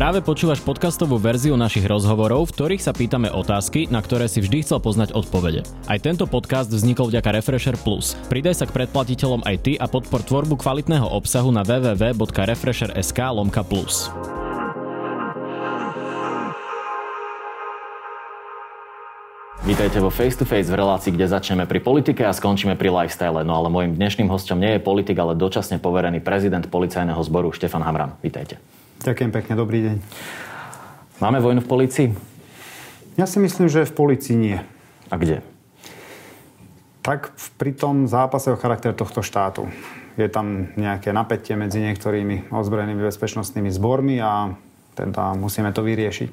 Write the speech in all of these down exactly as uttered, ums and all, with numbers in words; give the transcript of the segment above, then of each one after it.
Práve počúvaš podcastovú verziu našich rozhovorov, v ktorých sa pýtame otázky, na ktoré si vždy chcel poznať odpovede. Aj tento podcast vznikol vďaka Refresher Plus. Pridaj sa k predplatiteľom aj ty a podpor tvorbu kvalitného obsahu na w w w bodka refresher bodka es ká lomka plus. Vítajte vo Face to Face v relácii, kde začneme pri politike a skončíme pri lifestyle. No ale môjim dnešným hosťom nie je politik, ale dočasne poverený prezident policajného zboru Štefan Hamran. Vítajte. Ďakujem pekne, dobrý deň. Máme vojnu v polícii? Ja si myslím, že v polícii nie. A kde? Tak pri tom zápase o charakter tohto štátu. Je tam nejaké napätie medzi niektorými ozbrojenými bezpečnostnými zbormi a teda musíme to vyriešiť.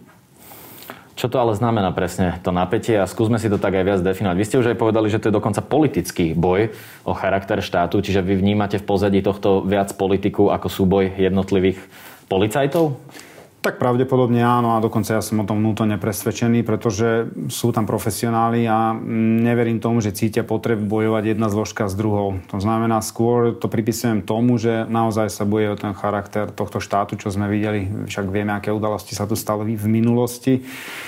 Čo to ale znamená presne to napätie a skúsme si to tak aj viac definovať. Vy ste už aj povedali, že to je dokonca politický boj o charakter štátu, čiže vy vnímate v pozadí tohto viac politiku ako súboj jednotlivých policajtov? Tak pravdepodobne áno a dokonca ja som o tom vnútorne presvedčený, pretože sú tam profesionáli a neverím tomu, že cítia potrebu bojovať jedna zložka s druhou. To znamená, skôr to pripisujem tomu, že naozaj sa boje o ten charakter tohto štátu, čo sme videli, však vieme, aké udalosti sa tu stali v minulosti.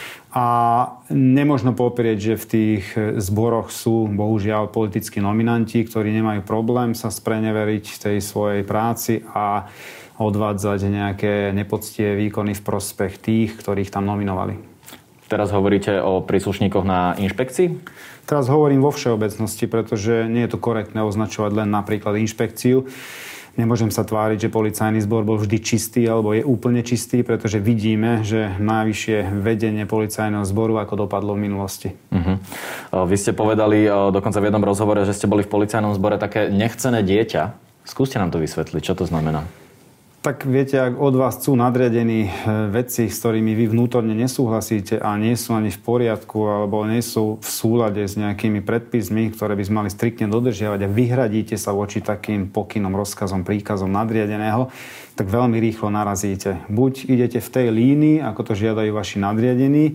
A nemožno poprieť, že v tých zboroch sú bohužiaľ politickí nominanti, ktorí nemajú problém sa spreneveriť v tej svojej práci a odvádzať nejaké nepoctivé výkony v prospech tých, ktorých tam nominovali. Teraz hovoríte o príslušníkoch na inšpekcii? Teraz hovorím vo všeobecnosti, pretože nie je to korektné označovať len napríklad inšpekciu. Nemôžem sa tváriť, že policajný zbor bol vždy čistý alebo je úplne čistý, pretože vidíme, že najvyššie vedenie policajného zboru ako dopadlo v minulosti. Uh-huh. Vy ste povedali dokonca v jednom rozhovore, že ste boli v policajnom zbore také nechcené dieťa. Skúste nám to vysvetliť, čo to znamená. Tak viete, ak od vás chcú nadriadení veci, s ktorými vy vnútorne nesúhlasíte a nie sú ani v poriadku alebo nie sú v súlade s nejakými predpismi, ktoré by sme mali striktne dodržiavať a vyhradíte sa voči takým pokynom, rozkazom, príkazom nadriadeného, tak veľmi rýchlo narazíte. Buď idete v tej línii, ako to žiadajú vaši nadriadení,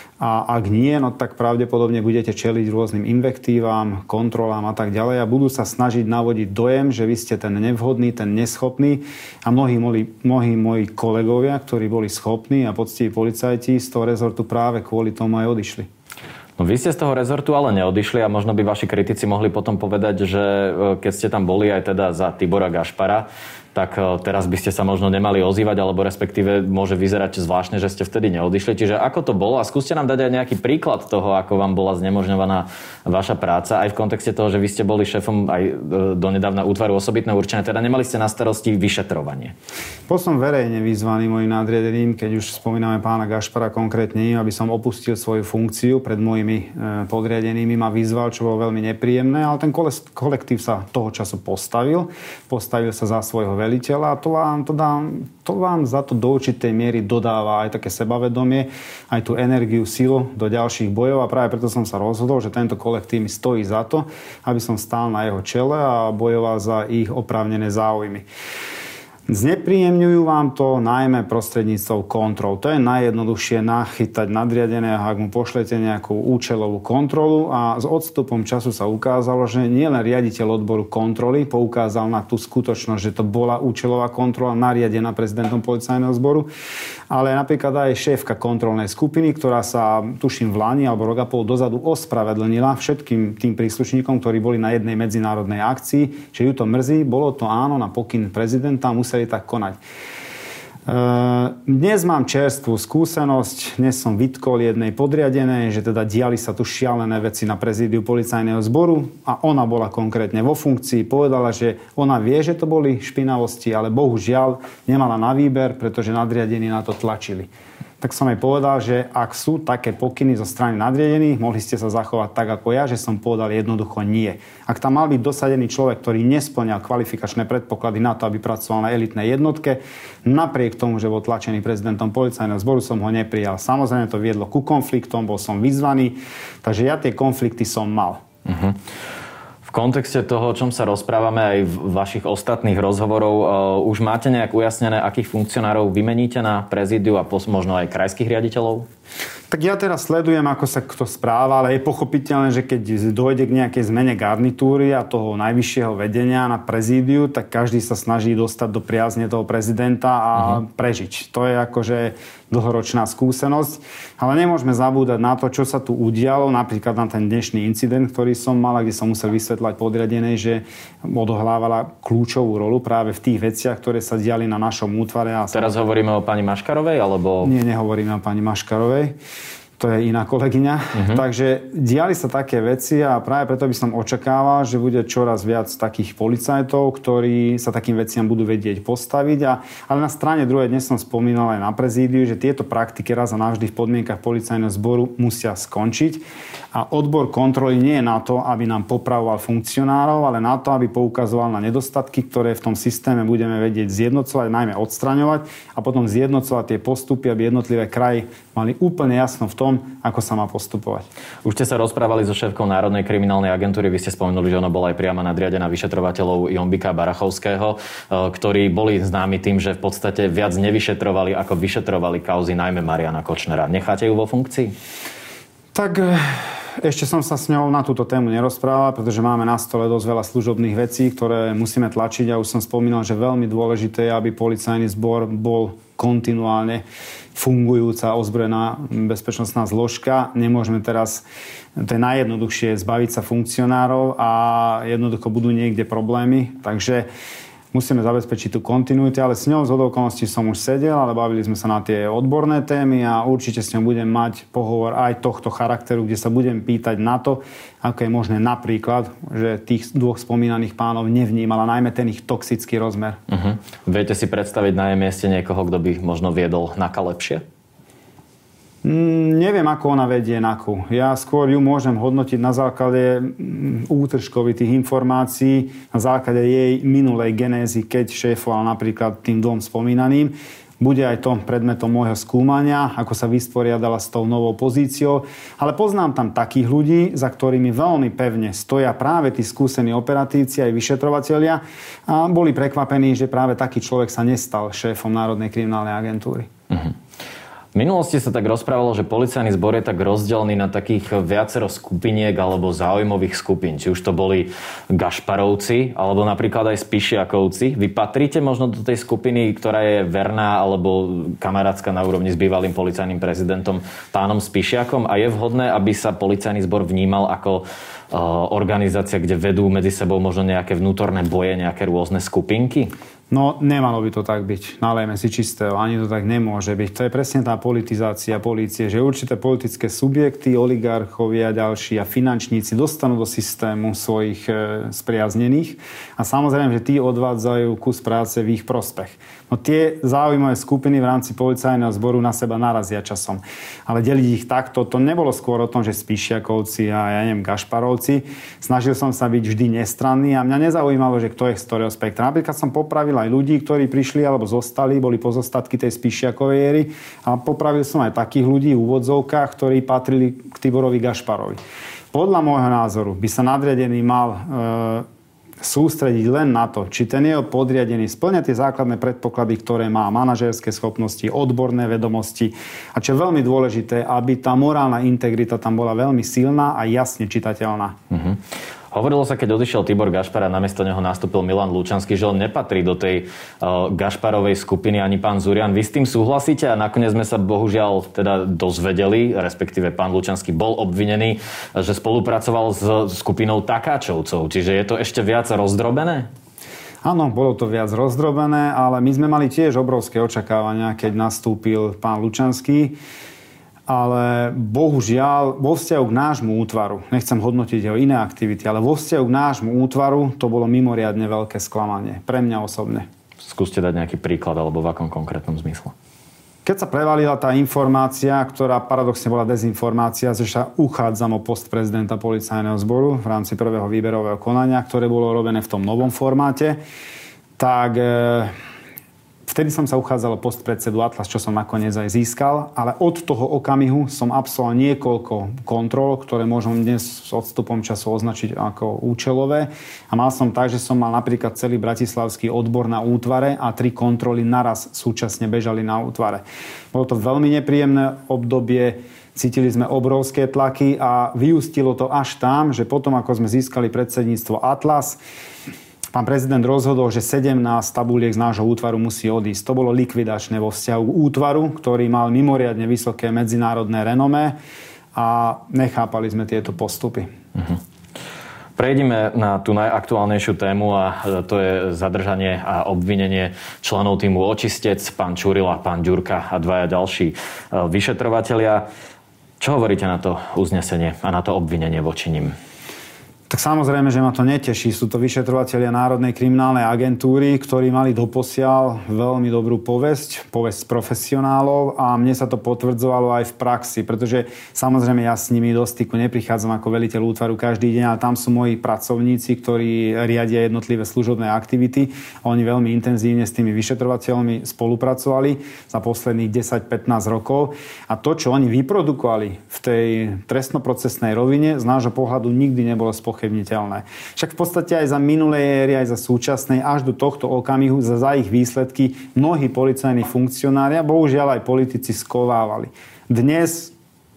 a ak nie, no tak pravdepodobne budete čeliť rôznym invektívam, kontrolám a tak ďalej a budú sa snažiť navodiť dojem, že vy ste ten nevhodný, ten neschopný a mnohí, mnohí, mnohí moji kolegovia, ktorí boli schopní a poctiví policajti z toho rezortu práve kvôli tomu aj odišli. No vy ste z toho rezortu ale neodišli a možno by vaši kritici mohli potom povedať, že keď ste tam boli aj teda za Tibora Gašpara, tak teraz by ste sa možno nemali ozývať, alebo respektíve môže vyzerať zvláštne, že ste vtedy neodišli. Čiže ako to bolo? A skúste nám dať aj nejaký príklad toho, ako vám bola znemožňovaná vaša práca, aj v kontexte toho, že vy ste boli šéfom aj donedávna útvaru osobitného určenia, teda nemali ste na starosti vyšetrovanie. Bol som verejne vyzvaný mojim nadriadeným, keď už spomíname pána Gašpara konkrétne, aby som opustil svoju funkciu pred mojimi podriadenými, ma vyzval, čo bolo veľmi nepríjemné, ale ten kolektív sa toho času postavil. Postavil sa za svojho veliteľa a to vám, to, dám, to vám za to do určitej miery dodáva aj také sebavedomie, aj tú energiu, silu do ďalších bojov a práve preto som sa rozhodol, že tento kolektív mi stojí za to, aby som stál na jeho čele a bojoval za ich oprávnené záujmy. Znepríjemňujú vám to najmä prostredníctvom kontrol. To je najjednoduchšie nachytať nadriadeného, ak mu pošlete nejakú účelovú kontrolu a s odstupom času sa ukázalo, že nielen riaditeľ odboru kontroly poukázal na tú skutočnosť, že to bola účelová kontrola nariadená prezidentom policajného zboru, ale napríklad aj šéfka kontrolnej skupiny, ktorá sa, tuším, v lani alebo rok a pol dozadu ospravedlnila všetkým tým príslušníkom, ktorí boli na jednej medzinárodnej akcii, že ju to mrzí, bolo to áno na pokyn prezidenta, museli tak konať. Dnes mám čerstvú skúsenosť, dnes som vytkol jednej podriadenej, že teda diali sa tu šialené veci na prezídiu policajného zboru a ona bola konkrétne vo funkcii, povedala, že ona vie, že to boli špinavosti, ale bohužiaľ nemala na výber, pretože nadriadení na to tlačili. Tak som jej povedal, že ak sú také pokyny zo strany nadriadených, mohli ste sa zachovať tak ako ja, že som povedal jednoducho nie. Ak tam mal byť dosadený človek, ktorý nesplňal kvalifikačné predpoklady na to, aby pracoval na elitnej jednotke, napriek tomu, že bol tlačený prezidentom policajného zboru, som ho neprijal. Samozrejme to viedlo ku konfliktom, bol som vyzvaný, takže ja tie konflikty som mal. Uh-huh. V kontexte toho, o čom sa rozprávame aj v vašich ostatných rozhovorov, už máte nejak ujasnené, akých funkcionárov vymeníte na prezídiu a možno aj krajských riaditeľov? Tak ja teraz sledujem, ako sa kto správa, ale je pochopiteľné, že keď dojde k nejakej zmene garnitúry a toho najvyššieho vedenia na prezídiu, tak každý sa snaží dostať do priazne toho prezidenta a uh-huh. prežiť. To je akože dlhoročná skúsenosť, ale nemôžeme zabúdať na to, čo sa tu udialo, napríklad na ten dnešný incident, ktorý som mal, kde som musel vysvetľať podriadenej, že odohlávala kľúčovú rolu práve v tých veciach, ktoré sa diali na našom útvare. A Teraz som... hovoríme o pani Maškarovej, alebo... Nie, nehovoríme o pani Maškarovej. To je iná kolegyňa. Uh-huh. Takže diali sa také veci a práve preto by som očakával, že bude čoraz viac takých policajtov, ktorí sa takým veciam budú vedieť postaviť. A, ale na strane druhej dnes som spomínal aj na prezídiu, že tieto praktiky raz a navždy v podmienkach policajného zboru musia skončiť. A odbor kontroly nie je na to, aby nám popravoval funkcionárov, ale na to, aby poukazoval na nedostatky, ktoré v tom systéme budeme vedieť zjednocovať, najmä odstraňovať a potom zjednocovať tie postupy, aby jednotlivé kraji mali úplne jasno v tom, ako sa má postupovať. Už ste sa rozprávali so šéfkou Národnej kriminálnej agentúry. Vy ste spomenuli, že ona bola aj priama nadriadená vyšetrovateľov Jombika Barachovského, ktorí boli známi tým, že v podstate viac nevyšetrovali, ako vyšetrovali kauzy najmä Mariana Kočnera. Necháte ju vo funkcii? Tak ešte som sa s ňou na túto tému nerozprával, pretože máme na stole dosť veľa služobných vecí, ktoré musíme tlačiť. Ja už som spomínal, že veľmi dôležité je, aby policajný zbor bol kontinuálne fungujúca ozbrojená bezpečnostná zložka. Nemôžeme teraz, to je najjednoduchšie, zbaviť sa funkcionárov a jednoducho budú niekde problémy. Takže musíme zabezpečiť tú kontinuitu, ale s ňou z okolností som už sedel, ale bavili sme sa na tie odborné témy a určite s ňou budem mať pohovor aj tohto charakteru, kde sa budem pýtať na to, ako je možné napríklad, že tých dvoch spomínaných pánov nevnímala, najmä ten ich toxický rozmer. Uh-huh. Viete si predstaviť na jej mieste niekoho, kto by možno viedol NAKA lepšie? Mm, neviem, ako ona vedie NAKU. Ja skôr ju môžem hodnotiť na základe útržkovitých informácií, na základe jej minulej genézy, keď šéfoval napríklad tým dvom spomínaným. Bude aj to predmetom môjho skúmania, ako sa vysporiadala s tou novou pozíciou. Ale poznám tam takých ľudí, za ktorými veľmi pevne stoja práve tí skúsení operatívci aj vyšetrovatelia a boli prekvapení, že práve taký človek sa nestal šéfom Národnej kriminálnej agentúry. Uh-huh. V minulosti sa tak rozprávalo, že policajný zbor je tak rozdelený na takých viacero skupiniek alebo záujmových skupín. Či už to boli Gašparovci, alebo napríklad aj Spišiakovci. Vy patríte možno do tej skupiny, ktorá je verná alebo kamarátska na úrovni s bývalým policajným prezidentom pánom Spišiakom a je vhodné, aby sa policajný zbor vnímal ako uh, organizácia, kde vedú medzi sebou možno nejaké vnútorné boje, nejaké rôzne skupinky? No, nemalo by to tak byť. Nalejme si čistého. Ani to tak nemôže byť. To je presne tá politizácia polície, že určité politické subjekty, oligarchovia a ďalší a finančníci dostanú do systému svojich e, spriaznených a samozrejme, že tí odvádzajú kus práce v ich prospech. No tie záujmové skupiny v rámci policajného zboru na seba narazia časom. Ale deliť ich takto, to nebolo skôr o tom, že Spišiakovci a ja neviem, Gašparovci. Snažil som sa byť vždy nestranný a mňa nezaujímalo, že kto je z ktorého spektra. Napríklad som popravil aj ľudí, ktorí prišli alebo zostali, boli pozostatky tej Spišiakovej éry a popravil som aj takých ľudí v úvodzovkách, ktorí patrili k Tiborovi Gašparovi. Podľa môjho názoru by sa nadriadený mal e, sústrediť len na to, či ten jeho podriadený spĺňa tie základné predpoklady, ktoré má, manažérske schopnosti, odborné vedomosti a čo je veľmi dôležité, aby tá morálna integrita tam bola veľmi silná a jasne čitateľná. Mm-hmm. Hovorilo sa, keď odišiel Tibor Gašpar a namiesto neho nastúpil Milan Lučanský, že on nepatrí do tej uh, Gašparovej skupiny ani pán Zurian. Vy s tým súhlasíte? A nakoniec sme sa bohužiaľ teda dozvedeli, respektíve pán Lučanský bol obvinený, že spolupracoval s skupinou Takáčovcov. Čiže je to ešte viac rozdrobené? Áno, bolo to viac rozdrobené, ale my sme mali tiež obrovské očakávania, keď nastúpil pán Lučanský. Ale bohužiaľ, vo vzťahu k nášmu útvaru, nechcem hodnotiť jeho iné aktivity, ale vo vzťahu k nášmu útvaru to bolo mimoriadne veľké sklamanie. Pre mňa osobne. Skúste dať nejaký príklad, alebo v akom konkrétnom zmysle. Keď sa prevalila tá informácia, ktorá paradoxne bola dezinformácia, že sa uchádzam o post prezidenta policajného zboru v rámci prvého výberového konania, ktoré bolo robené v tom novom formáte, tak vtedy som sa uchádzal o post predsedu Atlas, čo som nakoniec aj získal, ale od toho okamihu som absolvoval niekoľko kontrol, ktoré môžem dnes s odstupom času označiť ako účelové. A mal som tak, že som mal napríklad celý bratislavský odbor na útvare a tri kontroly naraz súčasne bežali na útvare. Bolo to veľmi nepríjemné obdobie. cítili sme obrovské tlaky a vyústilo to až tam, že potom, ako sme získali predsedníctvo Atlas, pán prezident rozhodol, že sedemnásť tabuliek z nášho útvaru musí odísť. To bolo likvidačné vo vzťahu k útvaru, ktorý mal mimoriadne vysoké medzinárodné renomé a nechápali sme tieto postupy. Uh-huh. Prejdime na tú najaktuálnejšiu tému a to je zadržanie a obvinenie členov týmu Očistec, pán Čurila, pán Ďurka a dvaja ďalší vyšetrovatelia. Čo hovoríte na to uznesenie a na to obvinenie voči nim? Tak samozrejme, že ma to neteší. Sú to vyšetrovatelia Národnej kriminálnej agentúry, ktorí mali doposiaľ veľmi dobrú povesť, povesť profesionálov a mne sa to potvrdzovalo aj v praxi, pretože samozrejme ja s nimi do styku neprichádzam ako veliteľ útvaru každý deň, ale tam sú moji pracovníci, ktorí riadia jednotlivé služobné aktivity. Oni veľmi intenzívne s tými vyšetrovateľmi spolupracovali za posledných desať pätnásť rokov a to, čo oni vyprodukovali v tej trestnoprocesnej rovine, z nášho pohľadu nikdy nebolo spochybnené. Však v podstate aj za minulej éry, aj za súčasnej, až do tohto okamihu, za, za ich výsledky mnohí policajní funkcionári a bohužiaľ aj politici skovávali. Dnes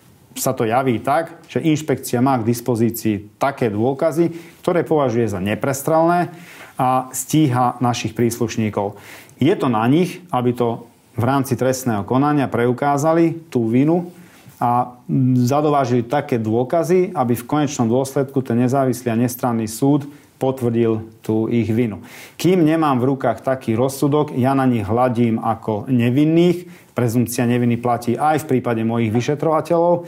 sa to javí tak, že inšpekcia má k dispozícii také dôkazy, ktoré považuje za neprestrelné a stíha našich príslušníkov. Je to na nich, aby to v rámci trestného konania preukázali tú vinu a zadovážili také dôkazy, aby v konečnom dôsledku ten nezávislý a nestranný súd potvrdil tú ich vinu. Kým nemám v rukách taký rozsudok, ja na nich hľadím ako nevinných. Prezumpcia neviny platí aj v prípade mojich vyšetrovateľov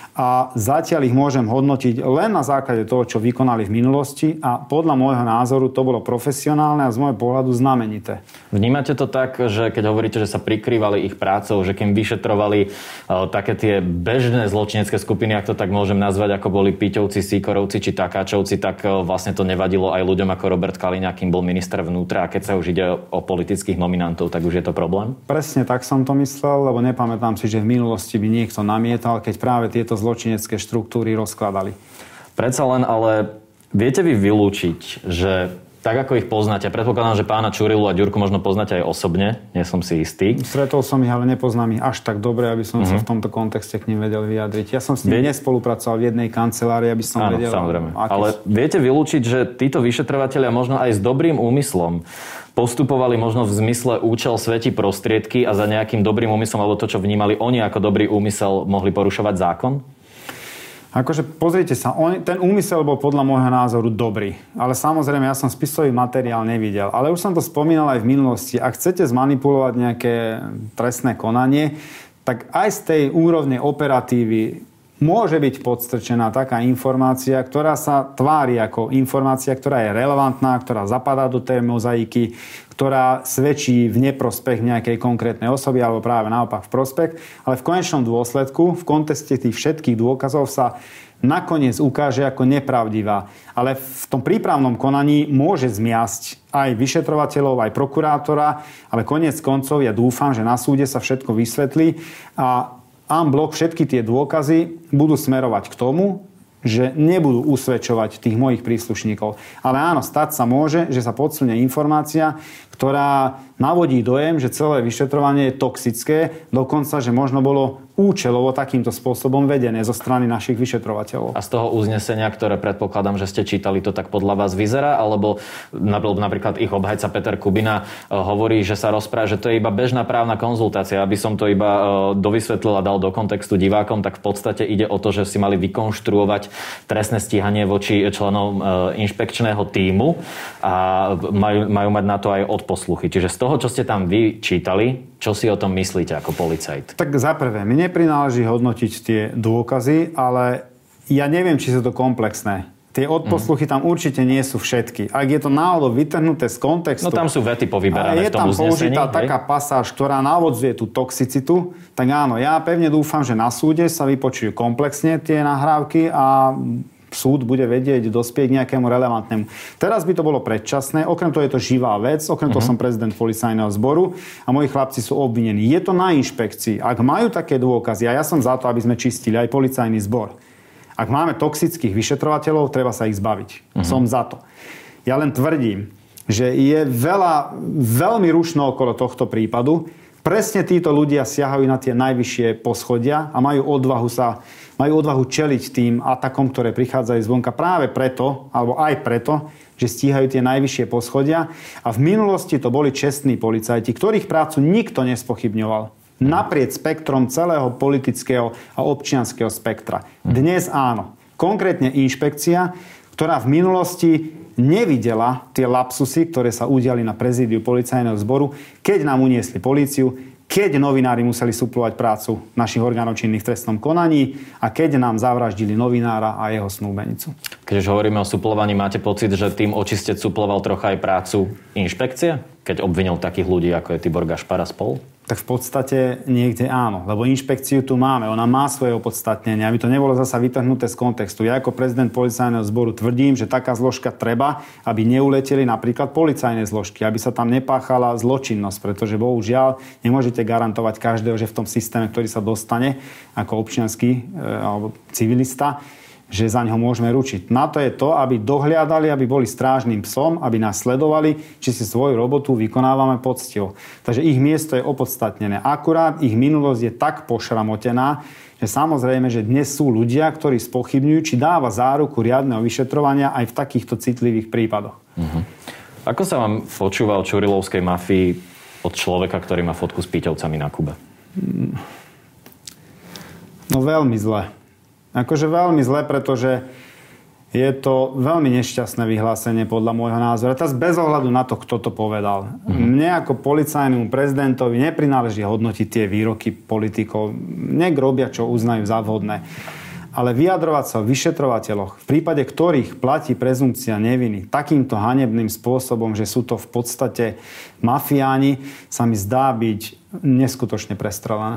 a zatiaľ ich môžem hodnotiť len na základe toho, čo vykonali v minulosti a podľa môjho názoru to bolo profesionálne a z môjho pohľadu znamenité. Vnímate to tak, že keď hovoríte, že sa prikrývali ich prácou, že kým vyšetrovali uh, také tie bežné zločinecké skupiny, ak to tak môžem nazvať, ako boli Piťovci, Sýkorovci či Takáčovci, tak uh, vlastne to nevadilo aj ľuďom ako Robert Kaliňák, kým bol minister vnútra a keď sa už ide o politických nominantov, tak už je to problém? Presne tak som to myslel, lebo nepamätám si, že v minulosti by niekto namietal, keď práve tieto zločinecké štruktúry rozkladali. Predsa len, ale viete vy vylúčiť, že tak ako ich poznáte, predpokladám, že pána Čurilu a Ďurku možno poznáte aj osobne, nie som si istý. Stretol som ich, ale nepoznám ich až tak dobre, aby som mm-hmm. sa v tomto kontexte k nim vedel vyjadriť. Ja som s nimi Vie... nespolupracoval v jednej kancelárii, aby som Áno, vedel... Samozrejme. Aký... Ale viete vylúčiť, že títo vyšetrovatelia možno aj s dobrým úmyslom postupovali možno v zmysle účel svätí prostriedky a za nejakým dobrým úmyslom, alebo to, čo vnímali oni ako dobrý úmysel, mohli porušovať zákon? Akože pozrite sa, on, ten úmysel bol podľa môjho názoru dobrý. Ale samozrejme, ja som spisový materiál nevidel. Ale už som to spomínal aj v minulosti. Ak chcete zmanipulovať nejaké trestné konanie, tak aj z tej úrovne operatívy môže byť podstrčená taká informácia, ktorá sa tvári ako informácia, ktorá je relevantná, ktorá zapadá do tej mozaiky, ktorá svedčí v neprospech nejakej konkrétnej osoby alebo práve naopak v prospech. Ale v konečnom dôsledku, v kontexte tých všetkých dôkazov sa nakoniec ukáže ako nepravdivá. Ale v tom prípravnom konaní môže zmiasť aj vyšetrovateľov, aj prokurátora, ale koniec koncov ja dúfam, že na súde sa všetko vysvetlí a en bloc všetky tie dôkazy budú smerovať k tomu, že nebudú usvedčovať tých mojich príslušníkov. Ale áno, stať sa môže, že sa podsunie informácia, ktorá navodí dojem, že celé vyšetrovanie je toxické, dokonca, že možno bolo účelovo takýmto spôsobom vedené zo strany našich vyšetrovateľov. A z toho uznesenia, ktoré predpokladám, že ste čítali, to tak podľa vás vyzerá? Alebo napríklad ich obhajca Peter Kubina hovorí, že sa rozpráva, že to je iba bežná právna konzultácia. Aby som to iba dovysvetlil a dal do kontextu divákom, tak v podstate ide o to, že si mali vykonštruovať trestné stíhanie voči členom inšpekčného tímu a majú, majú mať na to aj odposluchy. Čiže z toho, čo ste tam vy čítali, čo si o tom myslíte ako policajt? Tak za prvé, mne neprináleží hodnotiť tie dôkazy, ale ja neviem, či sú to komplexné. Tie odposluchy mm. tam určite nie sú všetky. Ak je to náhodou vytrhnuté z kontextu... No tam sú vety povyberané v tom uznesení. Je tam použitá hej? taká pasáž, ktorá navodzuje tú toxicitu, tak áno, ja pevne dúfam, že na súde sa vypočujú komplexne tie nahrávky a súd bude vedieť dospieť k nejakému relevantnému. Teraz by to bolo predčasné, okrem toho je to živá vec, okrem toho uh-huh. som prezident policajného zboru a moji chlapci sú obvinení. Je to na inšpekcii. Ak majú také dôkazy, a ja som za to, aby sme čistili aj policajný zbor. Ak máme toxických vyšetrovateľov, treba sa ich zbaviť. Uh-huh. Som za to. Ja len tvrdím, že je veľa, veľmi rušno okolo tohto prípadu. Presne títo ľudia siahajú na tie najvyššie poschodia a majú odvahu sa, majú odvahu čeliť tým atakom, ktoré prichádzajú zvonka práve preto, alebo aj preto, že stíhajú tie najvyššie poschodia. A v minulosti to boli čestní policajti, ktorých prácu nikto nespochybňoval. Naprieč spektrom celého politického a občianskeho spektra. Dnes áno. Konkrétne inšpekcia, ktorá v minulosti nevidela tie lapsusy, ktoré sa udiali na prezídiu policajného zboru, keď nám uniesli políciu, keď novinári museli suplovať prácu našich orgánov činných v trestnom konaní a keď nám zavraždili novinára a jeho snúbenicu. Keď už hovoríme o suplovaní, máte pocit, že tým očistec suploval trocha aj prácu inšpekcie? Keď obvinil takých ľudí, ako je Tibor Gašpar a spol? Tak v podstate niekde áno, lebo inšpekciu tu máme, ona má svoje opodstatnenie, aby to nebolo zasa vytrhnuté z kontextu. Ja ako prezident policajného zboru tvrdím, že taká zložka treba, aby neuleteli napríklad policajné zložky, aby sa tam nepáchala zločinnosť, pretože bohužiaľ nemôžete garantovať každého, že v tom systéme, ktorý sa dostane ako občiansky e, alebo civilista, že za ňo môžeme ručiť. Na to je to, aby dohliadali, aby boli strážnym psom, aby nás sledovali, či si svoju robotu vykonávame poctivo. Takže ich miesto je opodstatnené. Akurát ich minulosť je tak pošramotená, že samozrejme, že dnes sú ľudia, ktorí spochybňujú, či dáva záruku riadneho vyšetrovania aj v takýchto citlivých prípadoch. Uh-huh. Ako sa vám počúva o čurilovskej mafii od človeka, ktorý má fotku s píťovcami na Kube? No veľmi zle. Akože veľmi zle, pretože je to veľmi nešťastné vyhlásenie podľa môjho názoru. Teraz bez ohľadu na to, kto to povedal. Mm. Mne ako policajnému prezidentovi neprináleží hodnotiť tie výroky politikov. Nech robia, čo uznajú za vhodné. Ale vyjadrovať sa o vyšetrovateľoch, v prípade ktorých platí prezumpcia neviny, takýmto hanebným spôsobom, že sú to v podstate mafiáni, sa mi zdá byť neskutočne prestrelené.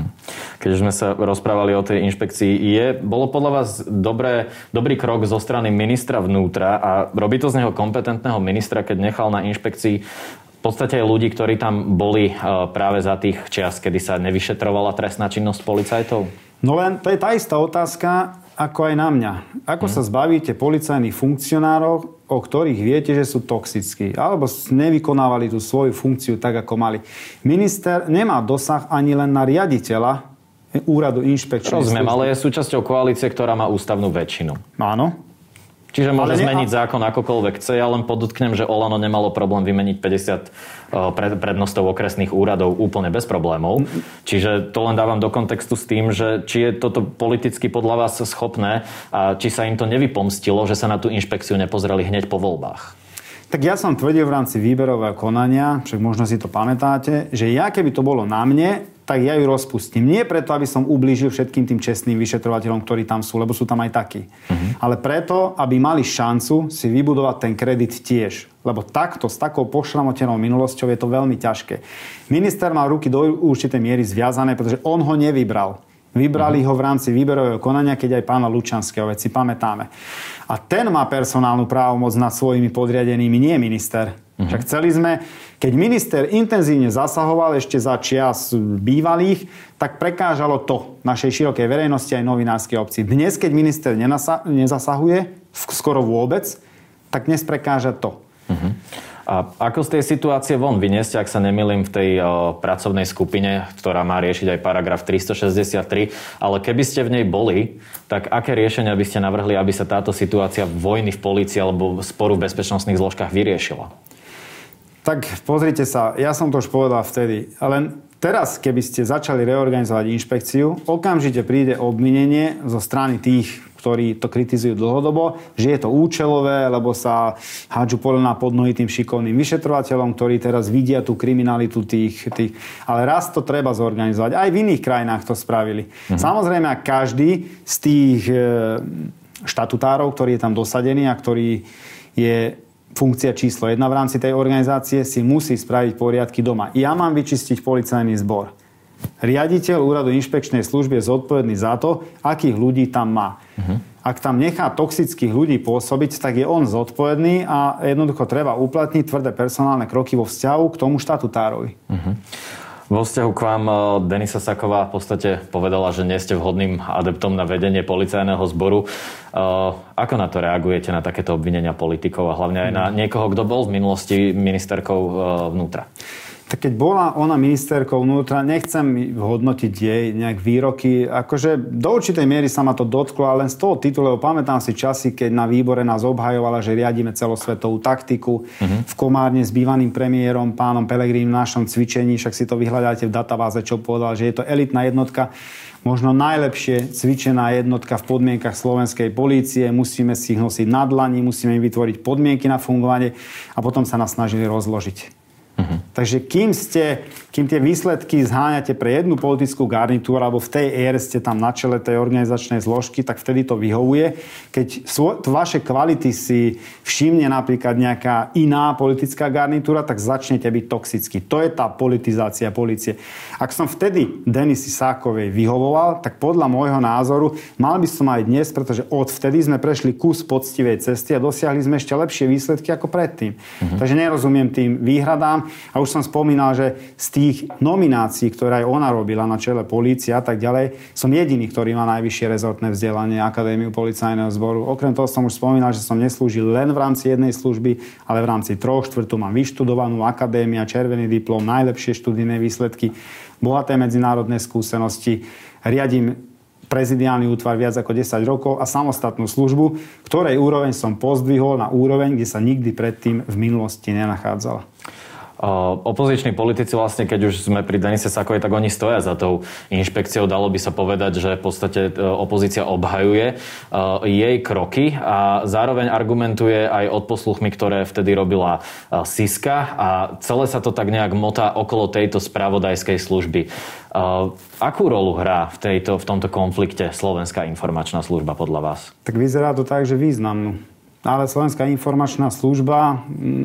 Keď sme sa rozprávali o tej inšpekcii, je, bolo podľa vás dobré, dobrý krok zo strany ministra vnútra a robí to z neho kompetentného ministra, keď nechal na inšpekcii v podstate aj ľudí, ktorí tam boli práve za tých čias, kedy sa nevyšetrovala trestná činnosť policajtov? No len to je tá istá otázka, ako aj na mňa. Ako hmm. sa zbavíte policajných funkcionárov, o ktorých viete, že sú toxickí, alebo nevykonávali tú svoju funkciu tak, ako mali. Minister nemá dosah ani len na riaditeľa úradu inšpekčnej služby. Rozumiem, ale je súčasťou koalície, ktorá má ústavnú väčšinu. Áno. Čiže môže ne, zmeniť zákon akokoľvek chce. Ja len podotknem, že Olano nemalo problém vymeniť päťdesiat prednostov okresných úradov úplne bez problémov. Čiže to len dávam do kontextu s tým, že či je toto politicky podľa vás schopné a či sa im to nevypomstilo, že sa na tú inšpekciu nepozreli hneď po voľbách. Tak ja som tvrdil v rámci výberového konania, však možno si to pamätáte, že ja keby to bolo na mne, tak ja ju rozpustím. Nie preto, aby som ublížil všetkým tým čestným vyšetrovateľom, ktorí tam sú, lebo sú tam aj takí. Uh-huh. Ale preto, aby mali šancu si vybudovať ten kredit tiež. Lebo takto, s takou pošramotenou minulosťou je to veľmi ťažké. Minister mal ruky do určitej miery zviazané, pretože on ho nevybral. Vybrali uh-huh. ho v rámci výberového konania, keď aj pána Lučanského, veď si pamätáme. A ten má personálnu právomoc nad svojimi podriadenými, nie minister. Uh-huh. Však chceli sme, keď minister intenzívne zasahoval ešte za čias bývalých, tak prekážalo to našej širokej verejnosti aj novinárskej obci. Dnes, keď minister nenasa- nezasahuje, skoro vôbec, tak dnes prekáža to. Uh-huh. A ako z tej situácie von? Vy nie ste, ak sa nemýlim, v tej o, pracovnej skupine, ktorá má riešiť aj paragraf tristošesťdesiattri, ale keby ste v nej boli, tak aké riešenia by ste navrhli, aby sa táto situácia vojny v polícii alebo sporu v bezpečnostných zložkách vyriešila? Tak pozrite sa, ja som to už povedal vtedy, len teraz, keby ste začali reorganizovať inšpekciu, okamžite príde obvinenie zo strany tých, ktorí to kritizujú dlhodobo, že je to účelové, lebo sa hádžu poľná pod nohy tým šikovným vyšetrovateľom, ktorí teraz vidia tú kriminalitu tých, tých... Ale raz to treba zorganizovať. Aj v iných krajinách to spravili. Mhm. Samozrejme, a každý z tých štatutárov, ktorý je tam dosadený a ktorý je funkcia číslo jedna v rámci tej organizácie, si musí spraviť poriadky doma. Ja mám vyčistiť policajný zbor. Riaditeľ úradu inšpekčnej služby je zodpovedný za to, akých ľudí tam má. Uh-huh. Ak tam nechá toxických ľudí pôsobiť, tak je on zodpovedný a jednoducho treba uplatniť tvrdé personálne kroky vo vzťahu k tomu štatutárovi. Uh-huh. Vo vzťahu k vám Denisa Saková v podstate povedala, že nie ste vhodným adeptom na vedenie policajného zboru. Ako na to reagujete, na takéto obvinenia politikov a hlavne aj na niekoho, kto bol v minulosti ministerkou vnútra? Tak keď bola ona ministerkou vnútra, nechcem hodnotiť jej nejak výroky, akože do určitej miery sa ma to dotklo, ale len z toho titulu, pamätám si časy, keď na výbore nás obhajovala, že riadíme celosvetovú taktiku uh-huh. v Komárne s bývaným premiérom, pánom Pellegrinim v našom cvičení, však si to vyhľadáte v databáze, čo povedal, že je to elitná jednotka, možno najlepšie cvičená jednotka v podmienkach slovenskej polície, musíme si ich nosiť na dlani, musíme im vytvoriť podmienky na fungovanie a potom sa nás snažili rozložiť. Uh-huh. Takže kým ste, kým tie výsledky zháňate pre jednu politickú garnitúru alebo v tej ére ste tam na čele tej organizačnej zložky, tak vtedy to vyhovuje. Keď svo, vaše kvality si všimne napríklad nejaká iná politická garnitúra, tak začnete byť toxický. To je tá politizácia polície. Ak som vtedy Denisi Sákovej vyhovoval, tak podľa môjho názoru mal by som aj dnes, pretože od vtedy sme prešli kus poctivej cesty a dosiahli sme ešte lepšie výsledky ako predtým. Uh-huh. Takže nerozumiem tým výhradám. A už som spomínal, že z tých nominácií, ktoré aj ona robila na čele polície a tak ďalej, som jediný, ktorý má najvyššie rezortné vzdelanie, Akadémiu policajného zboru. Okrem toho som už spomínal, že som neslúžil len v rámci jednej služby, ale v rámci troch štvrtú mám vyštudovanú akadémia, červený diplom, najlepšie študijné výsledky, bohaté medzinárodné skúsenosti, riadím prezidiálny útvar viac ako desať rokov a samostatnú službu, ktorej úroveň som pozdvihol na úroveň, kde sa nikdy predtým v minulosti nenachádzala. Opoziční politici vlastne, keď už sme pri Denise Sákovej, tak oni stoja za tou inšpekciou. Dalo by sa povedať, že v podstate opozícia obhajuje jej kroky a zároveň argumentuje aj odposluchmi, ktoré vtedy robila Siska a celé sa to tak nejak motá okolo tejto spravodajskej služby. Akú rolu hrá v, tejto, v tomto konflikte Slovenská informačná služba podľa vás? Tak vyzerá to tak, že významnú. Ale Slovenská informačná služba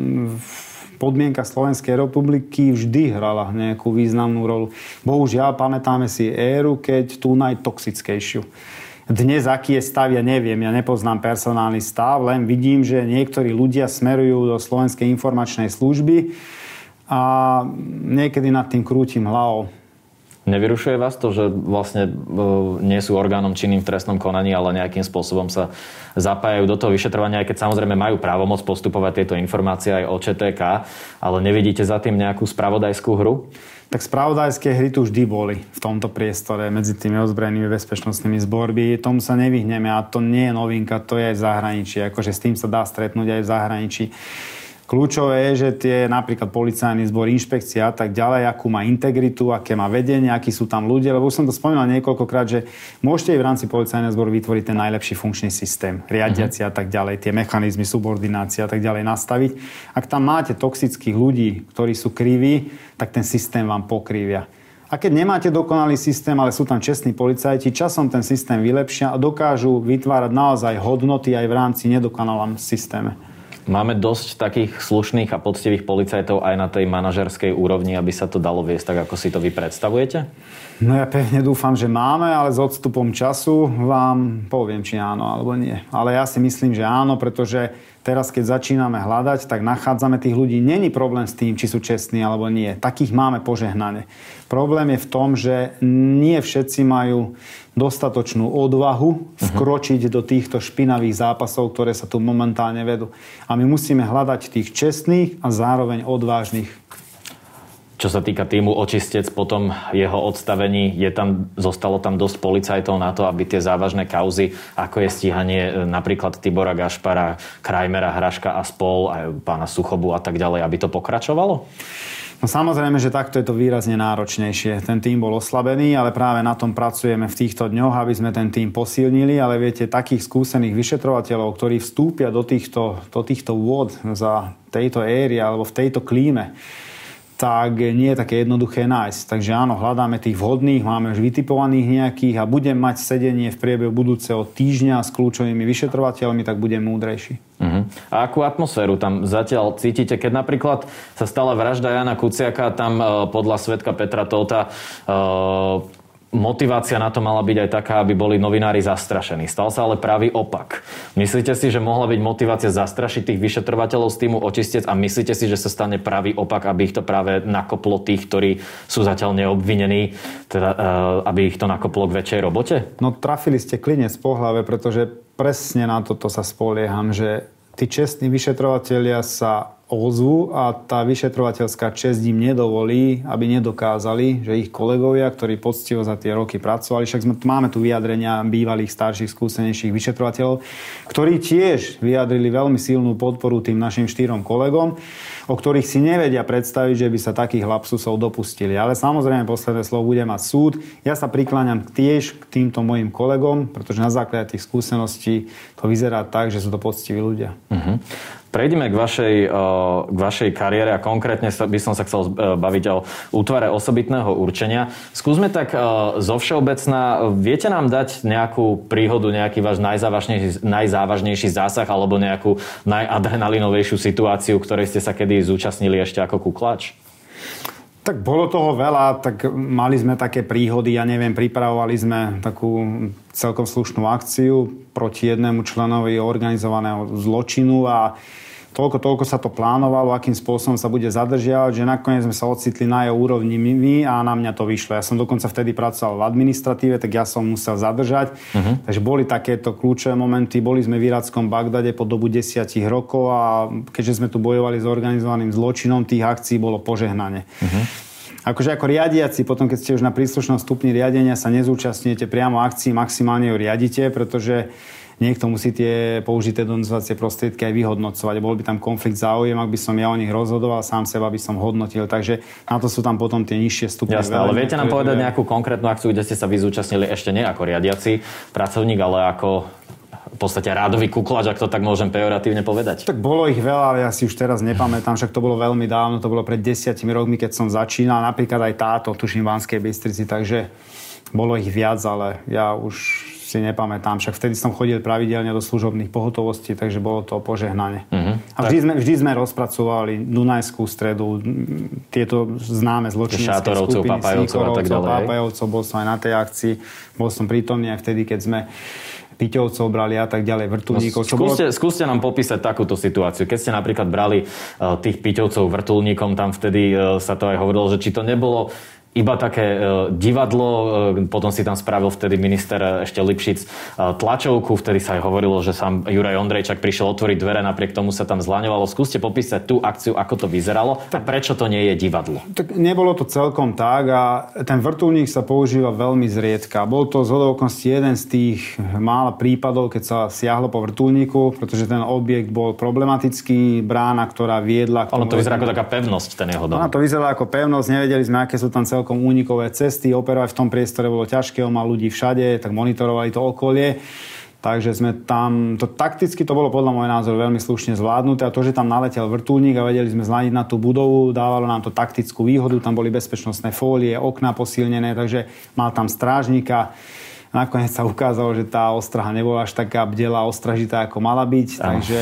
v podmienka Slovenskej republiky vždy hrala nejakú významnú rolu. Bohužiaľ, pamätáme si éru, keď tú najtoxickejšiu. Dnes, aký je stav, ja neviem, ja nepoznám personálny stav, len vidím, že niektorí ľudia smerujú do Slovenskej informačnej služby a niekedy nad tým krútim hlavou. Nevyrušuje vás to, že vlastne nie sú orgánom činným v trestnom konaní, ale nejakým spôsobom sa zapájajú do toho vyšetrovania, aj keď samozrejme majú právomoc postupovať tieto informácie aj o Č T K, ale nevidíte za tým nejakú spravodajskú hru? Tak spravodajské hry tu vždy boli v tomto priestore medzi tými ozbrojenými bezpečnostnými zbormi. Tomu sa nevyhneme a to nie je novinka, to je aj v zahraničí. Akože s tým sa dá stretnúť aj v zahraničí. Kľúčové je, že tie napríklad policajný zbor, inšpekcia a tak ďalej, akú má integritu, aké má vedenie, akí sú tam ľudia, lebo už som to spomínal niekoľkokrát, že môžete v rámci policajného zboru vytvoriť ten najlepší funkčný systém, riadiaci a tak ďalej, tie mechanizmy subordinácie a tak ďalej nastaviť. Ak tam máte toxických ľudí, ktorí sú kriví, tak ten systém vám pokrivia. A keď nemáte dokonalý systém, ale sú tam čestní policajti, časom ten systém vylepšia a dokážu vytvárať naozaj hodnoty aj v rámci nedokonalom systéme. Máme dosť takých slušných a poctivých policajtov aj na tej manažerskej úrovni, aby sa to dalo viesť tak, ako si to vy predstavujete? No ja pevne dúfam, že máme, ale s odstupom času vám poviem, či áno alebo nie. Ale ja si myslím, že áno, pretože teraz, keď začíname hľadať, tak nachádzame tých ľudí. Není problém s tým, či sú čestní alebo nie. Takých máme požehnane. Problém je v tom, že nie všetci majú dostatočnú odvahu vkročiť do týchto špinavých zápasov, ktoré sa tu momentálne vedú. A my musíme hľadať tých čestných a zároveň odvážnych. Čo sa týka týmu Očistec, potom jeho odstavení, je tam, zostalo tam dosť policajtov na to, aby tie závažné kauzy, ako je stíhanie napríklad Tibora Gašpara, Krajmera, Hraška a spol, aj pána Suchobu a tak ďalej, aby to pokračovalo? No samozrejme, že takto je to výrazne náročnejšie. Ten tím bol oslabený, ale práve na tom pracujeme v týchto dňoch, aby sme ten tím posilnili, ale viete, takých skúsených vyšetrovateľov, ktorí vstúpia do týchto, do týchto vôd za tejto éry alebo v tejto klíme, tak nie je také jednoduché nájsť. Takže áno, hľadáme tých vhodných, máme už vytipovaných nejakých a budem mať sedenie v priebehu budúceho týždňa s kľúčovými vyšetrovateľmi, tak budem múdrejší. Uh-huh. A akú atmosféru tam zatiaľ cítite? Keď napríklad sa stala vražda Jana Kuciaka, tam uh, podľa svedka Petra Tóta uh, motivácia na to mala byť aj taká, aby boli novinári zastrašení. Stal sa ale pravý opak. Myslíte si, že mohla byť motivácia zastrašiť tých vyšetrovateľov z týmu Očistec a myslíte si, že sa stane pravý opak, aby ich to práve nakoplo tých, ktorí sú zatiaľ neobvinení, teda aby ich to nakoplo k väčšej robote? No trafili ste klinec po hlave, pretože presne na toto sa spolieham, že tí čestní vyšetrovatelia sa ozvu a tá vyšetrovateľská česť im nedovolí, aby nedokázali, že ich kolegovia, ktorí poctivo za tie roky pracovali, však sme, máme tu vyjadrenia bývalých starších, skúsenejších vyšetrovateľov, ktorí tiež vyjadrili veľmi silnú podporu tým našim štyrom kolegom, o ktorých si nevedia predstaviť, že by sa takých lapsusov dopustili. Ale samozrejme posledné slovo bude mať súd. Ja sa prikláňam tiež k týmto mojim kolegom, pretože na základe tých skúseností to vyzerá tak, že sú to poctiví ľudia. Uh-huh. Prejdeme k vašej, k vašej kariére a konkrétne by som sa chcel baviť o útvare osobitného určenia. Skúsme tak zo všeobecná, viete nám dať nejakú príhodu, nejaký váš najzávažnejší, najzávažnejší zásah alebo nejakú najadrenalinovejšiu situáciu, ktorej ste sa kedy zúčastnili ešte ako kuklač? Tak bolo toho veľa, tak mali sme také príhody, ja neviem, pripravovali sme takú celkom slušnú akciu proti jednému členovi organizovaného zločinu a toľko, toľko sa to plánovalo, akým spôsobom sa bude zadržiavať, že nakoniec sme sa ocitli na jeho úrovni my a na mňa to vyšlo. Ja som dokonca vtedy pracoval v administratíve, tak ja som musel zadržať. Uh-huh. Takže boli takéto kľúčové momenty. Boli sme v irackom Bagdade po dobu desiatich rokov a keďže sme tu bojovali s organizovaným zločinom, tých akcií bolo požehnanie. Uh-huh. Akože ako riadiaci, potom keď ste už na príslušnom stupni riadenia sa nezúčastňujete priamo akcii, maximálne ju riadite, pretože niekto musí tie použité donocovacie prostriedky aj vyhodnocovať. Bol by tam konflikt záujem, ak by som ja o nich rozhodoval, sám seba by som hodnotil. Takže na to sú tam potom tie nižšie stupne. Jasné, ale viete nám povedať nejakú konkrétnu akciu, kde ste sa vy zúčastnili ešte nie ako riadiaci pracovník, ale ako v podstate rádový kuklač, ak to tak môžem pejoratívne povedať? Tak bolo ich veľa, ale ja si už teraz nepamätám, však to bolo veľmi dávno, to bolo pred desiatimi rokmi, keď som začínal, napríklad aj táto, tuším v Banskej Bystrici, takže bolo ich viac, ale ja už si nepamätám, však vtedy som chodil pravidelne do služobných pohotovostí, takže bolo to požehnanie. Uh-huh. A vždy sme, vždy sme rozpracovali Dunajskú stredu, tieto známe zločinecké skupiny, Papajovcov a tak ďalej. Papajovcov, bol som aj na tej akcii, bol som prítomný aj vtedy, keď sme Piťovcov brali a tak ďalej, vrtuľníkov. No, skúste, bolo... skúste nám popísať takúto situáciu. Keď ste napríklad brali uh, tých Piťovcov vrtuľníkom, tam vtedy uh, sa to aj hovorilo, že či to nebolo iba také uh, divadlo, uh, potom si tam spravil vtedy minister ešte Lipšic uh, tlačovku, vtedy sa aj hovorilo, že sám Juraj Ondrejčak prišiel otvoriť dvere, napriek tomu sa tam zlaňovalo. Skúste popísať tú akciu, ako to vyzeralo a prečo to nie je divadlo. Tak nebolo to celkom tak a ten vrtuľník sa používa veľmi zriedka. Bol to zhodou okolností jeden z tých mála prípadov, keď sa siahlo po vrtuľníku, pretože ten objekt bol problematický, brána, ktorá viedla k tomu. Ono to vyzerá ako taká pevnosť, ten jeho dom. Ono to vyzerá ako pevnosť, nevedeli sme, aké sú tam celkom únikové cesty, operovať v tom priestore bolo ťažké, on mal ľudí všade, tak monitorovali to okolie. Takže sme tam, to takticky to bolo podľa môjho názoru veľmi slušne zvládnuté a to, že tam naletel vrtuľník a vedeli sme zladiť na tú budovu, dávalo nám to taktickú výhodu, tam boli bezpečnostné fólie, okná posilnené, takže mal tam strážnika. Nakoniec sa ukázalo, že tá ostraha nebola až taká bdelá, ostražitá, ako mala byť, takže,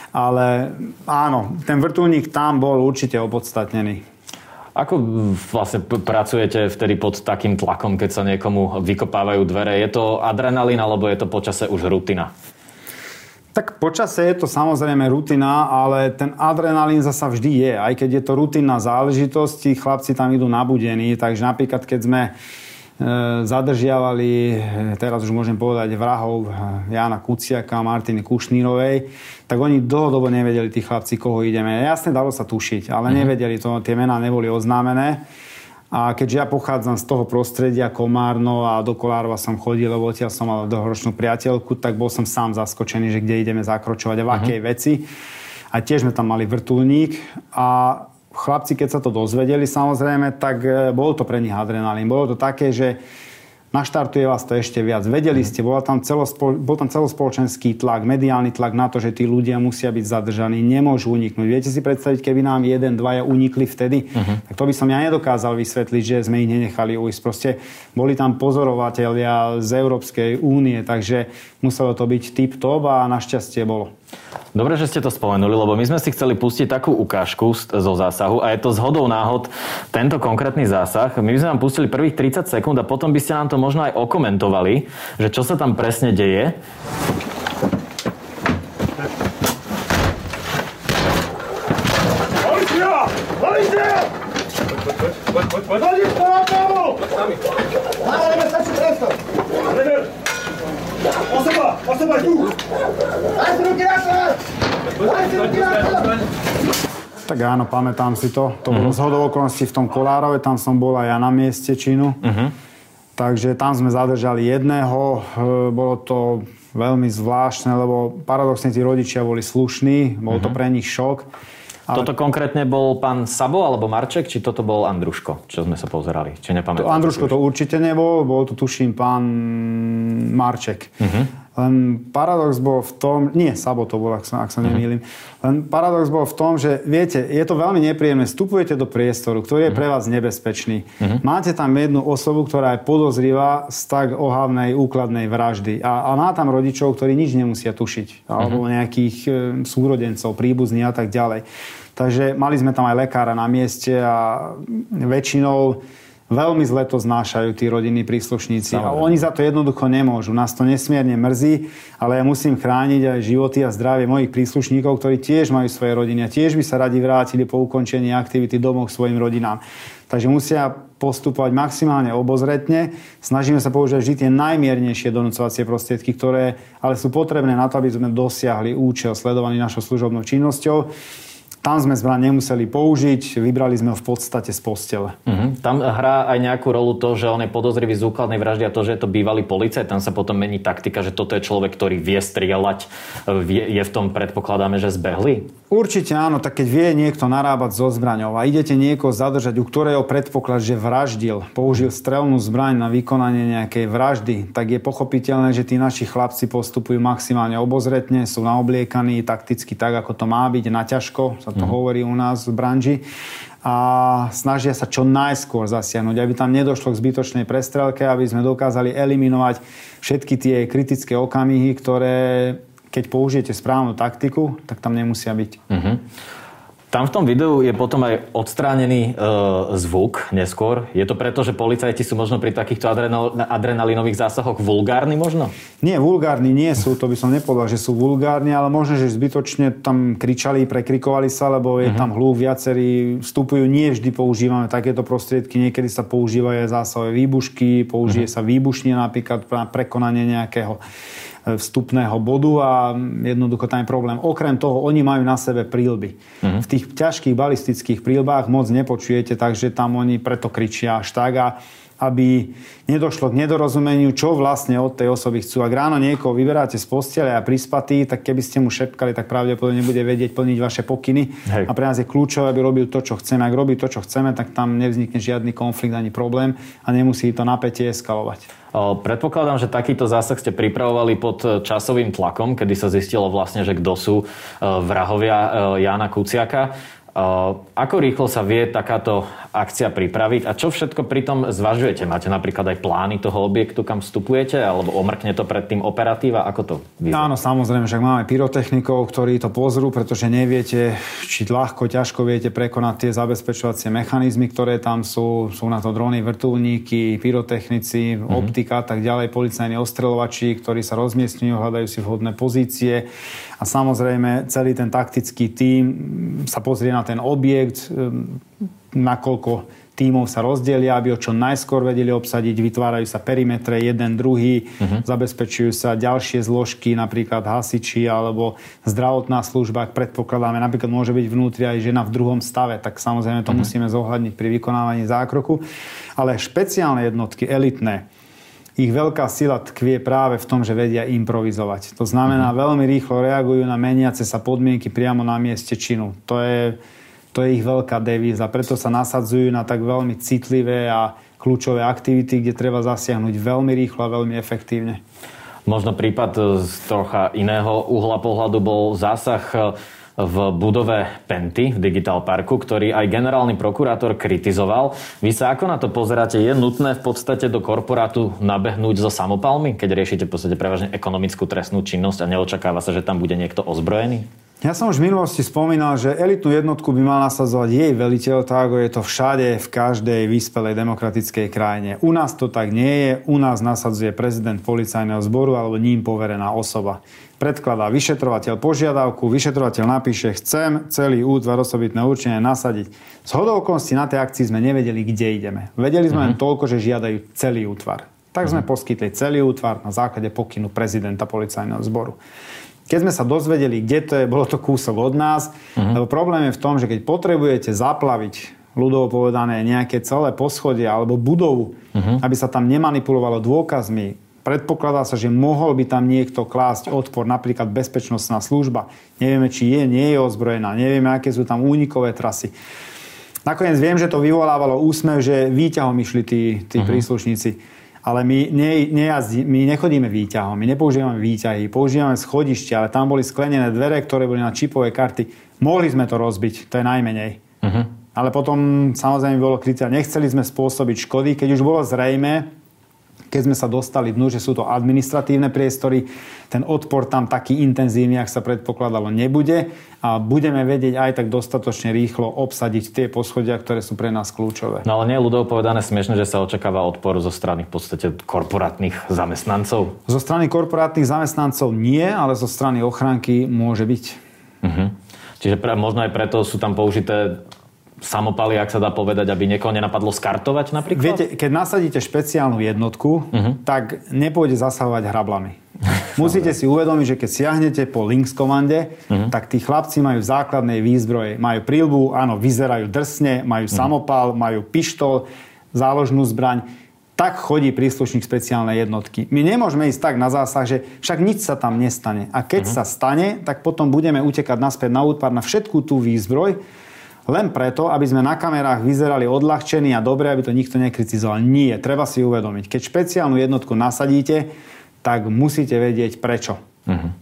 ale áno, ten vrtuľník tam bol určite opodstatnený. Ako vlastne pracujete vtedy pod takým tlakom, keď sa niekomu vykopávajú dvere? Je to adrenalín, alebo je to počase už rutina? Tak počase je to samozrejme rutina, ale ten adrenalín zasa vždy je. Aj keď je to rutinná záležitosť, tí chlapci tam idú nabudení. Takže napríklad, keď sme zadržiavali, teraz už môžem povedať, vrahov Jána Kuciaka a Martiny Kušnírovej, tak oni dlhodobo nevedeli, tí chlapci, koho ideme. Jasne, dalo sa tušiť, ale nevedeli to, tie mená neboli oznámené. A keďže ja pochádzam z toho prostredia Komárno a do Kolárova som chodil, lebo odtiaľ som mal dlhoročnú priateľku, tak bol som sám zaskočený, že kde ideme zakročovať a v akej uh-huh. veci. A tiež sme tam mali vrtuľník a chlapci, keď sa to dozvedeli, samozrejme, tak bol to pre nich adrenalín. Bolo to také, že naštartuje vás to ešte viac. Vedeli ste, bol tam, celospol, bol tam celospoločenský tlak, mediálny tlak na to, že tí ľudia musia byť zadržaní, nemôžu uniknúť. Viete si predstaviť, keby nám jeden, dvaja unikli vtedy? Uh-huh. Tak to by som ja nedokázal vysvetliť, že sme ich nenechali ujsť. Proste boli tam pozorovatelia z Európskej únie, takže muselo to byť tip-top a našťastie bolo. Dobre, že ste to spomenuli, lebo my sme si chceli pustiť takú ukážku zo zásahu a je to zhodou náhod tento konkrétny zásah. My by sme vám pustili prvých tridsať sekúnd a potom by ste nám to možno aj okomentovali, že čo sa tam presne deje. Policia! Policia! Poď, poď, poď! Poď, poď, poď! Poď sami! Máme nebezpečný priestor! Osoba! Osoba tu! Daj si ruky na sebe! Daj si ruky na sebe! Tak áno, pamätám si to. To bolo mm-hmm. zhodou okolností v tom Kolárove, tam som bol aj ja na mieste činu. Mm-hmm. Takže tam sme zadržali jedného. Bolo to veľmi zvláštne, lebo paradoxne tí rodičia boli slušní. Bol mm-hmm. to pre nich šok. Ale... Toto konkrétne bol pán Sabo alebo Marček, či toto bol Andruško, čo sme sa pozerali? Či nepamätám? To Andruško to určite nebol, bol to tuším pán Marček. Uh-huh. Len paradox bol v tom, nie, Sabo to bol, ak sa, ak sa nemýlim, len paradox bol v tom, že viete, je to veľmi nepríjemné, vstupujete do priestoru, ktorý je pre vás nebezpečný. Uh-huh. Máte tam jednu osobu, ktorá je podozrivá z tak ohavnej, úkladnej vraždy a, a má tam rodičov, ktorí nič nemusia tušiť, alebo uh-huh. nejakých e, súrodencov, príbuzní a tak ďalej. Takže mali sme tam aj lekára na mieste a väčšinou veľmi zle to znášajú tí rodinní príslušníci. A oni za to jednoducho nemôžu. Nás to nesmierne mrzí, ale ja musím chrániť aj životy a zdravie mojich príslušníkov, ktorí tiež majú svoje rodiny a tiež by sa radi vrátili po ukončení aktivity domov k svojim rodinám. Takže musia postupovať maximálne obozretne. Snažíme sa používať vždy tie najmiernejšie donúcovacie prostriedky, ktoré ale sú potrebné na to, aby sme dosiahli účel sledovaný našou služobnou činnosťou. Tam sme zbraň nemuseli použiť, vybrali sme ho v podstate z postele. Uh-huh. Tam hrá aj nejakú rolu to, že on je podozrivý z úkladnej vraždy a to, že je to bývalý policajt. Tam sa potom mení taktika, že toto je človek, ktorý vie strieľať. Je v tom, predpokladáme, že zbehli? Určite áno, tak keď vie niekto narábať so zbraňou a idete niekoho zadržať, u ktorého predpoklad, že vraždil, použil strelnú zbraň na vykonanie nejakej vraždy, tak je pochopiteľné, že tí naši chlapci postupujú maximálne obozretne, sú naobliekaní takticky tak, ako to má byť, naťažko, sa to mm. hovorí u nás v branži, a snažia sa čo najskôr zasiahnuť, aby tam nedošlo k zbytočnej prestrelke, aby sme dokázali eliminovať všetky tie kritické okamihy, ktoré keď použijete správnu taktiku, tak tam nemusia byť. Uh-huh. Tam v tom videu je potom aj odstránený e, zvuk neskôr. Je to preto, že policajti sú možno pri takýchto adrenal, adrenalinových zásahoch vulgárni možno? Nie, vulgárni nie sú, to by som nepovedal, že sú vulgárni, ale možno, že zbytočne tam kričali, prekrikovali sa, lebo je uh-huh. tam hluk, viacerí vstupujú, nie vždy používame takéto prostriedky, niekedy sa používajú aj zásahové výbušky, použije uh-huh. sa výbušnie napríklad pre prekonanie nejakého vstupného bodu a jednoducho tam je problém. Okrem toho, oni majú na sebe príľby. Uh-huh. V tých ťažkých balistických príľbách moc nepočujete, takže tam oni preto kričia až tak, a aby nedošlo k nedorozumeniu, čo vlastne od tej osoby chcú. Ak ráno niekoho vyberáte z postele a prispatý, tak keby ste mu šepkali, tak pravdepodobne nebude vedieť plniť vaše pokyny. Hej. A pre nás je kľúčové, aby robil to, čo chceme. Ak robí to, čo chceme, tak tam nevznikne žiadny konflikt ani problém a nemusí to napätie eskalovať. Predpokladám, že takýto zásah ste pripravovali pod časovým tlakom, kedy sa zistilo vlastne, že kto sú vrahovia Jána Kuciaka. Ako rýchlo sa vie takáto akcia pripraviť a čo všetko pritom zvažujete? Máte napríklad aj plány toho objektu, kam vstupujete, alebo omrkne to predtým operatíva? Ako to vyzerá? Áno, samozrejme, že máme pyrotechnikov, ktorí to pozrú, pretože neviete, či ľahko, ťažko viete prekonať tie zabezpečovacie mechanizmy, ktoré tam sú. Sú na to drony, vrtuľníky, pyrotechnici, mm-hmm. optika a tak ďalej, policajní ostreľovači, ktorí sa rozmiestňujú, hľadajú si vhodné pozície. A samozrejme, celý ten taktický tím sa pozrie na ten objekt, nakoľko tímov sa rozdelia, aby ho čo najskôr vedeli obsadiť, vytvárajú sa perimetre, jeden, druhý, uh-huh. zabezpečujú sa ďalšie zložky, napríklad hasiči alebo zdravotná služba, ak predpokladáme, napríklad môže byť vnútri aj žena v druhom stave, tak samozrejme to uh-huh. musíme zohľadniť pri vykonávaní zákroku. Ale špeciálne jednotky, elitné, ich veľká sila tkvie práve v tom, že vedia improvizovať. To znamená, uh-huh. veľmi rýchlo reagujú na meniace sa podmienky priamo na mieste činu. To je, to je ich veľká devíza. Preto sa nasadzujú na tak veľmi citlivé a kľúčové aktivity, kde treba zasiahnuť veľmi rýchlo a veľmi efektívne. Možno prípad z trocha iného uhla pohľadu bol zásah v budove Penty v Digital Parku, ktorý aj generálny prokurátor kritizoval. Vy sa ako na to pozeráte? Je nutné v podstate do korporátu nabehnúť so samopalmi, keď riešite v podstate prevažne ekonomickú trestnú činnosť a neočakáva sa, že tam bude niekto ozbrojený? Ja som už v minulosti spomínal, že elitnú jednotku by mal nasadzovať jej veliteľ, tak ako je to všade, v každej vyspelej demokratickej krajine. U nás to tak nie je. U nás nasadzuje prezident policajného zboru alebo ním poverená osoba. Predkladá vyšetrovateľ požiadavku, vyšetrovateľ napíše, chcem celý útvar osobitné určenie nasadiť. Z hodou okolností na tej akcii sme nevedeli, kde ideme. Vedeli sme len mm-hmm. toľko, že žiadajú celý útvar. Tak sme mm-hmm. poskytli celý útvar na základe pokynu prezidenta policajného zboru. Keď sme sa dozvedeli, kde to je, bolo to kúsok od nás, uh-huh. lebo problém je v tom, že keď potrebujete zaplaviť, ľudovo povedané, nejaké celé poschodie alebo budovu, uh-huh. aby sa tam nemanipulovalo dôkazmi, predpokladá sa, že mohol by tam niekto klásť odpor, napríklad bezpečnostná služba. Nevieme, či je, nie je ozbrojená, nevieme, aké sú tam únikové trasy. Nakoniec viem, že to vyvolávalo úsmev, že výťahom išli tí, tí uh-huh. príslušníci. Ale my, ne, nejazdí, my nechodíme výťahom, my nepoužívame výťahy, používame schodište, ale tam boli sklenené dvere, ktoré boli na čipové karty. Mohli sme to rozbiť, to je najmenej. Uh-huh. Ale potom samozrejme bolo kritika, nechceli sme spôsobiť škody, keď už bolo zrejmé, keď sme sa dostali dnu, že sú to administratívne priestory, ten odpor tam taký intenzívny, ak sa predpokladalo, nebude a budeme vedieť aj tak dostatočne rýchlo obsadiť tie poschodia, ktoré sú pre nás kľúčové. No ale nie je ľudovo povedané smiešne, že sa očakáva odpor zo strany v podstate korporátnych zamestnancov? Zo strany korporátnych zamestnancov nie, ale zo strany ochránky môže byť. Uh-huh. Čiže pre, možno aj preto sú tam použité samopaly, ak sa dá povedať, aby niekoho nenapadlo skartovať napríklad? Viete, keď nasadíte špeciálnu jednotku, uh-huh. tak nepôjde zasahovať hrablami. Musíte si uvedomiť, že keď siahnete po Lynx komande, uh-huh. tak tí chlapci majú v základnej výzbroje. Majú príľbu, áno, vyzerajú drsne, majú uh-huh. samopal, majú pištol, záložnú zbraň. Tak chodí príslušník špeciálnej jednotky. My nemôžeme ísť tak na zásah, že však nič sa tam nestane. A keď uh-huh. sa stane, tak potom budeme utekať naspäť na útvar na všetku tú výzbroj, len preto, aby sme na kamerách vyzerali odľahčení a dobre, aby to nikto nekritizoval. Nie, treba si uvedomiť. Keď špeciálnu jednotku nasadíte, tak musíte vedieť prečo. Uh-huh.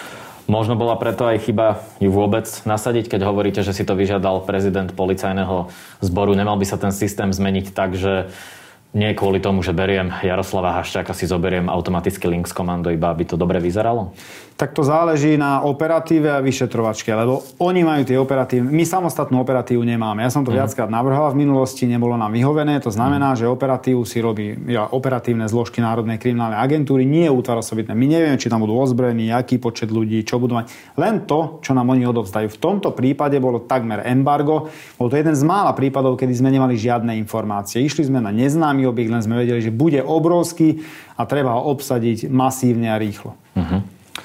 Možno bola preto aj chyba ju vôbec nasadiť, keď hovoríte, že si to vyžiadal prezident policajného zboru. Nemal by sa ten systém zmeniť tak, že nie kvôli tomu, že beriem Jaroslava Haščáka, si zoberiem automaticky Lynx komando, iba aby to dobre vyzeralo? Tak to záleží na operatíve a vyšetrovačke, lebo oni majú tie operatívne. My samostatnú operatívu nemáme. Ja som to mm. viackrát navrhoval v minulosti, nebolo nám vyhovené. To znamená, mm. že operatívu si robí ja, operatívne zložky Národnej kriminálnej agentúry, nie je útvar osobitné. My nevieme, či tam budú ozbrojení, aký počet ľudí, čo budú mať. Len to, čo nám oni odovzdajú. V tomto prípade bolo takmer embargo. Bol to jeden z mála prípadov, kedy sme nemali žiadne informácie. Išli sme na neznámy objekt, len sme vedeli, že bude obrovský a treba ho obsadiť masívne a rýchlo. Mm-hmm.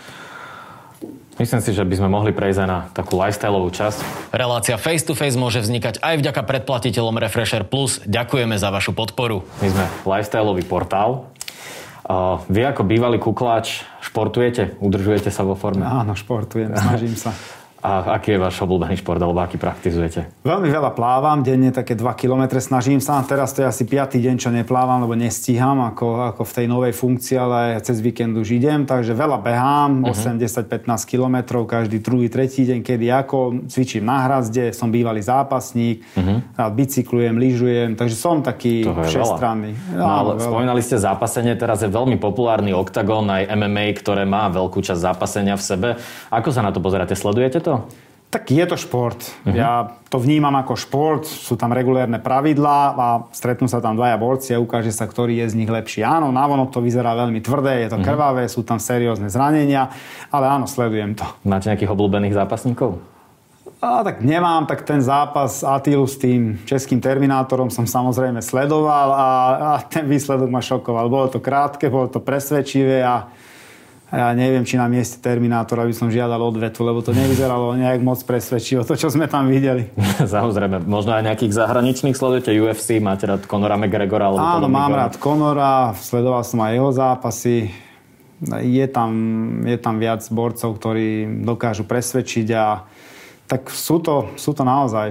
Myslím si, že by sme mohli prejsť aj na takú lifestyleovú časť. Relácia Face to Face môže vznikať aj vďaka predplatiteľom Refresher Plus. Ďakujeme za vašu podporu. My sme lifestyleový portál. Uh, vy ako bývalý kukláč športujete? Udržujete sa vo forme? Áno, športujem, snažím sa. A aký je váš obľúbený šport, alebo aký praktizujete? Veľmi veľa plávam, denne také dva kilometre snažím sa. Teraz to je asi piaty deň, čo neplávam, lebo nestíham ako, ako v tej novej funkcii, ale cez víkend už idem, takže veľa behám, uh-huh. osem, desať, pätnásť kilometrov každý druhý, tretí deň, kedy ako, cvičím na hrazde, som bývalý zápasník, uh-huh. rád bicyklujem, lyžujem, takže som taký všestranný. No, ale spomínali ste zápasenie, teraz je veľmi populárny Octagon, aj em em á, ktoré má veľkú časť zápasenia v sebe. Ako sa na to pozeráte? Sledujete to? Tak je to šport. Uh-huh. Ja to vnímam ako šport, sú tam regulérne pravidlá a stretnú sa tam dvaja borci a ukáže sa, ktorý je z nich lepší. Áno, návonok to vyzerá veľmi tvrdé, je to uh-huh. krvavé, sú tam seriózne zranenia, ale áno, sledujem to. Máte nejakých obľúbených zápasníkov? A tak nemám, tak ten zápas Attilu s tým českým Terminátorom som samozrejme sledoval a, a ten výsledok ma šokoval. Bolo to krátke, bolo to presvedčivé a ja neviem, či na mieste Terminátora by som žiadal odvetu, lebo to nevyzeralo nejak moc presvedčivo, to, čo sme tam videli. Samozrejme, možno aj nejakých zahraničných sledujete U F C, máte rád Conora McGregora? Alebo áno, mám rád Conora, sledoval som aj jeho zápasy. Je tam, je tam viac borcov, ktorí dokážu presvedčiť a tak sú to, sú to naozaj.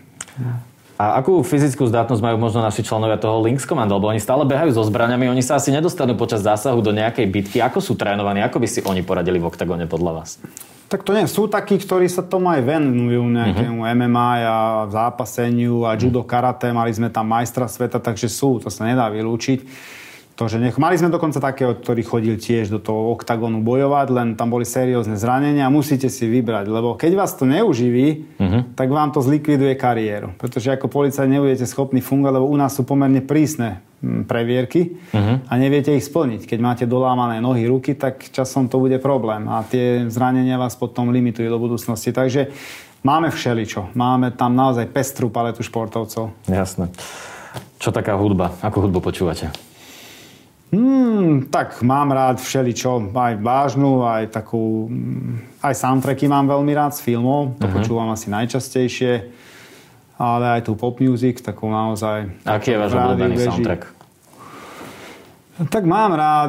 A akú fyzickú zdatnosť majú možno naši členovia toho Lynx Command? Lebo oni stále behajú so zbraňami, oni sa asi nedostanú počas zásahu do nejakej bitky. Ako sú trénovaní? Ako by si oni poradili v oktagóne podľa vás? Tak to nie. Sú takí, ktorí sa tomu aj venujú nejakému uh-huh. em em á a zápaseniu a judo, karate. Mali sme tam majstra sveta, takže sú. To sa nedá vylúčiť. To, že nech... Mali sme dokonca takého, ktorý chodil tiež do toho oktagónu bojovať, len tam boli seriózne zranenia a musíte si vybrať, lebo keď vás to neuživí, uh-huh. tak vám to zlikviduje kariéru. Pretože ako policajt nebudete schopní fungovať, lebo u nás sú pomerne prísne previerky uh-huh. a neviete ich splniť. Keď máte dolámané nohy, ruky, tak časom to bude problém a tie zranenia vás potom limitujú do budúcnosti. Takže máme všeličo. Máme tam naozaj pestrú paletu športovcov. Jasné. Čo taká hudba? Akú hudbu počúvate? Hmm, tak mám rád všeličo, aj vážnu, aj takú, aj soundtracky mám veľmi rád z filmov, to uh-huh. počúvam asi najčastejšie, ale aj tú pop music, takú naozaj... Aký je váš obľúbený soundtrack? Tak mám rád,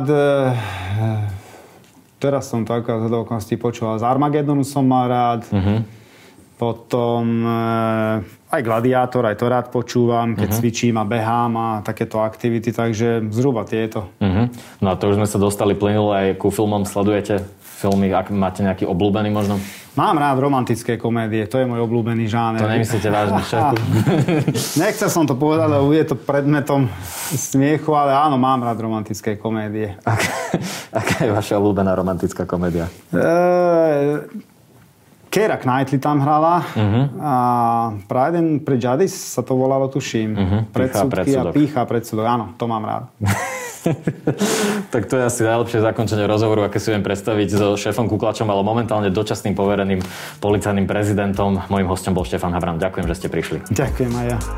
teraz som to ako do okolností počúval, z Armagedonu som mal rád, uh-huh. potom aj Gladiátor, aj to rád počúvam, keď uh-huh. cvičím a behám a takéto aktivity, takže zhruba tieto. Uh-huh. No a to už sme sa dostali plynule aj ku filmom. Sledujete filmy, ak máte nejaký obľúbený možno? Mám rád romantické komédie, to je môj obľúbený žáner. To nemyslíte vážne, šéf? Nechcel som to povedať, lebo je to predmetom smiechu, ale áno, mám rád romantické komédie. Aká je vaša obľúbená romantická komédia? Eee... Keira Knightley tam hrala uh-huh. a Pride and Prejudice sa to volalo, tuším. Uh-huh. Predsudky a pýcha predsudok. Áno, to mám rád. Tak to je asi najlepšie zakončenie rozhovoru, aké si viem predstaviť so šéfom Kuklačom, ale momentálne dočasným povereným policajným prezidentom. Mojím hosťom bol Štefan Havran. Ďakujem, že ste prišli. Ďakujem aj ja.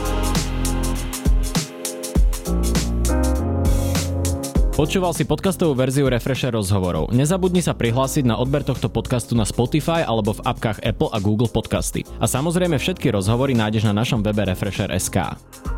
Počúval si podcastovú verziu Refresher rozhovorov. Nezabudni sa prihlásiť na odber tohto podcastu na Spotify alebo v apkách Apple a Google Podcasty. A samozrejme všetky rozhovory nájdeš na našom webe Refresher bodka es ká.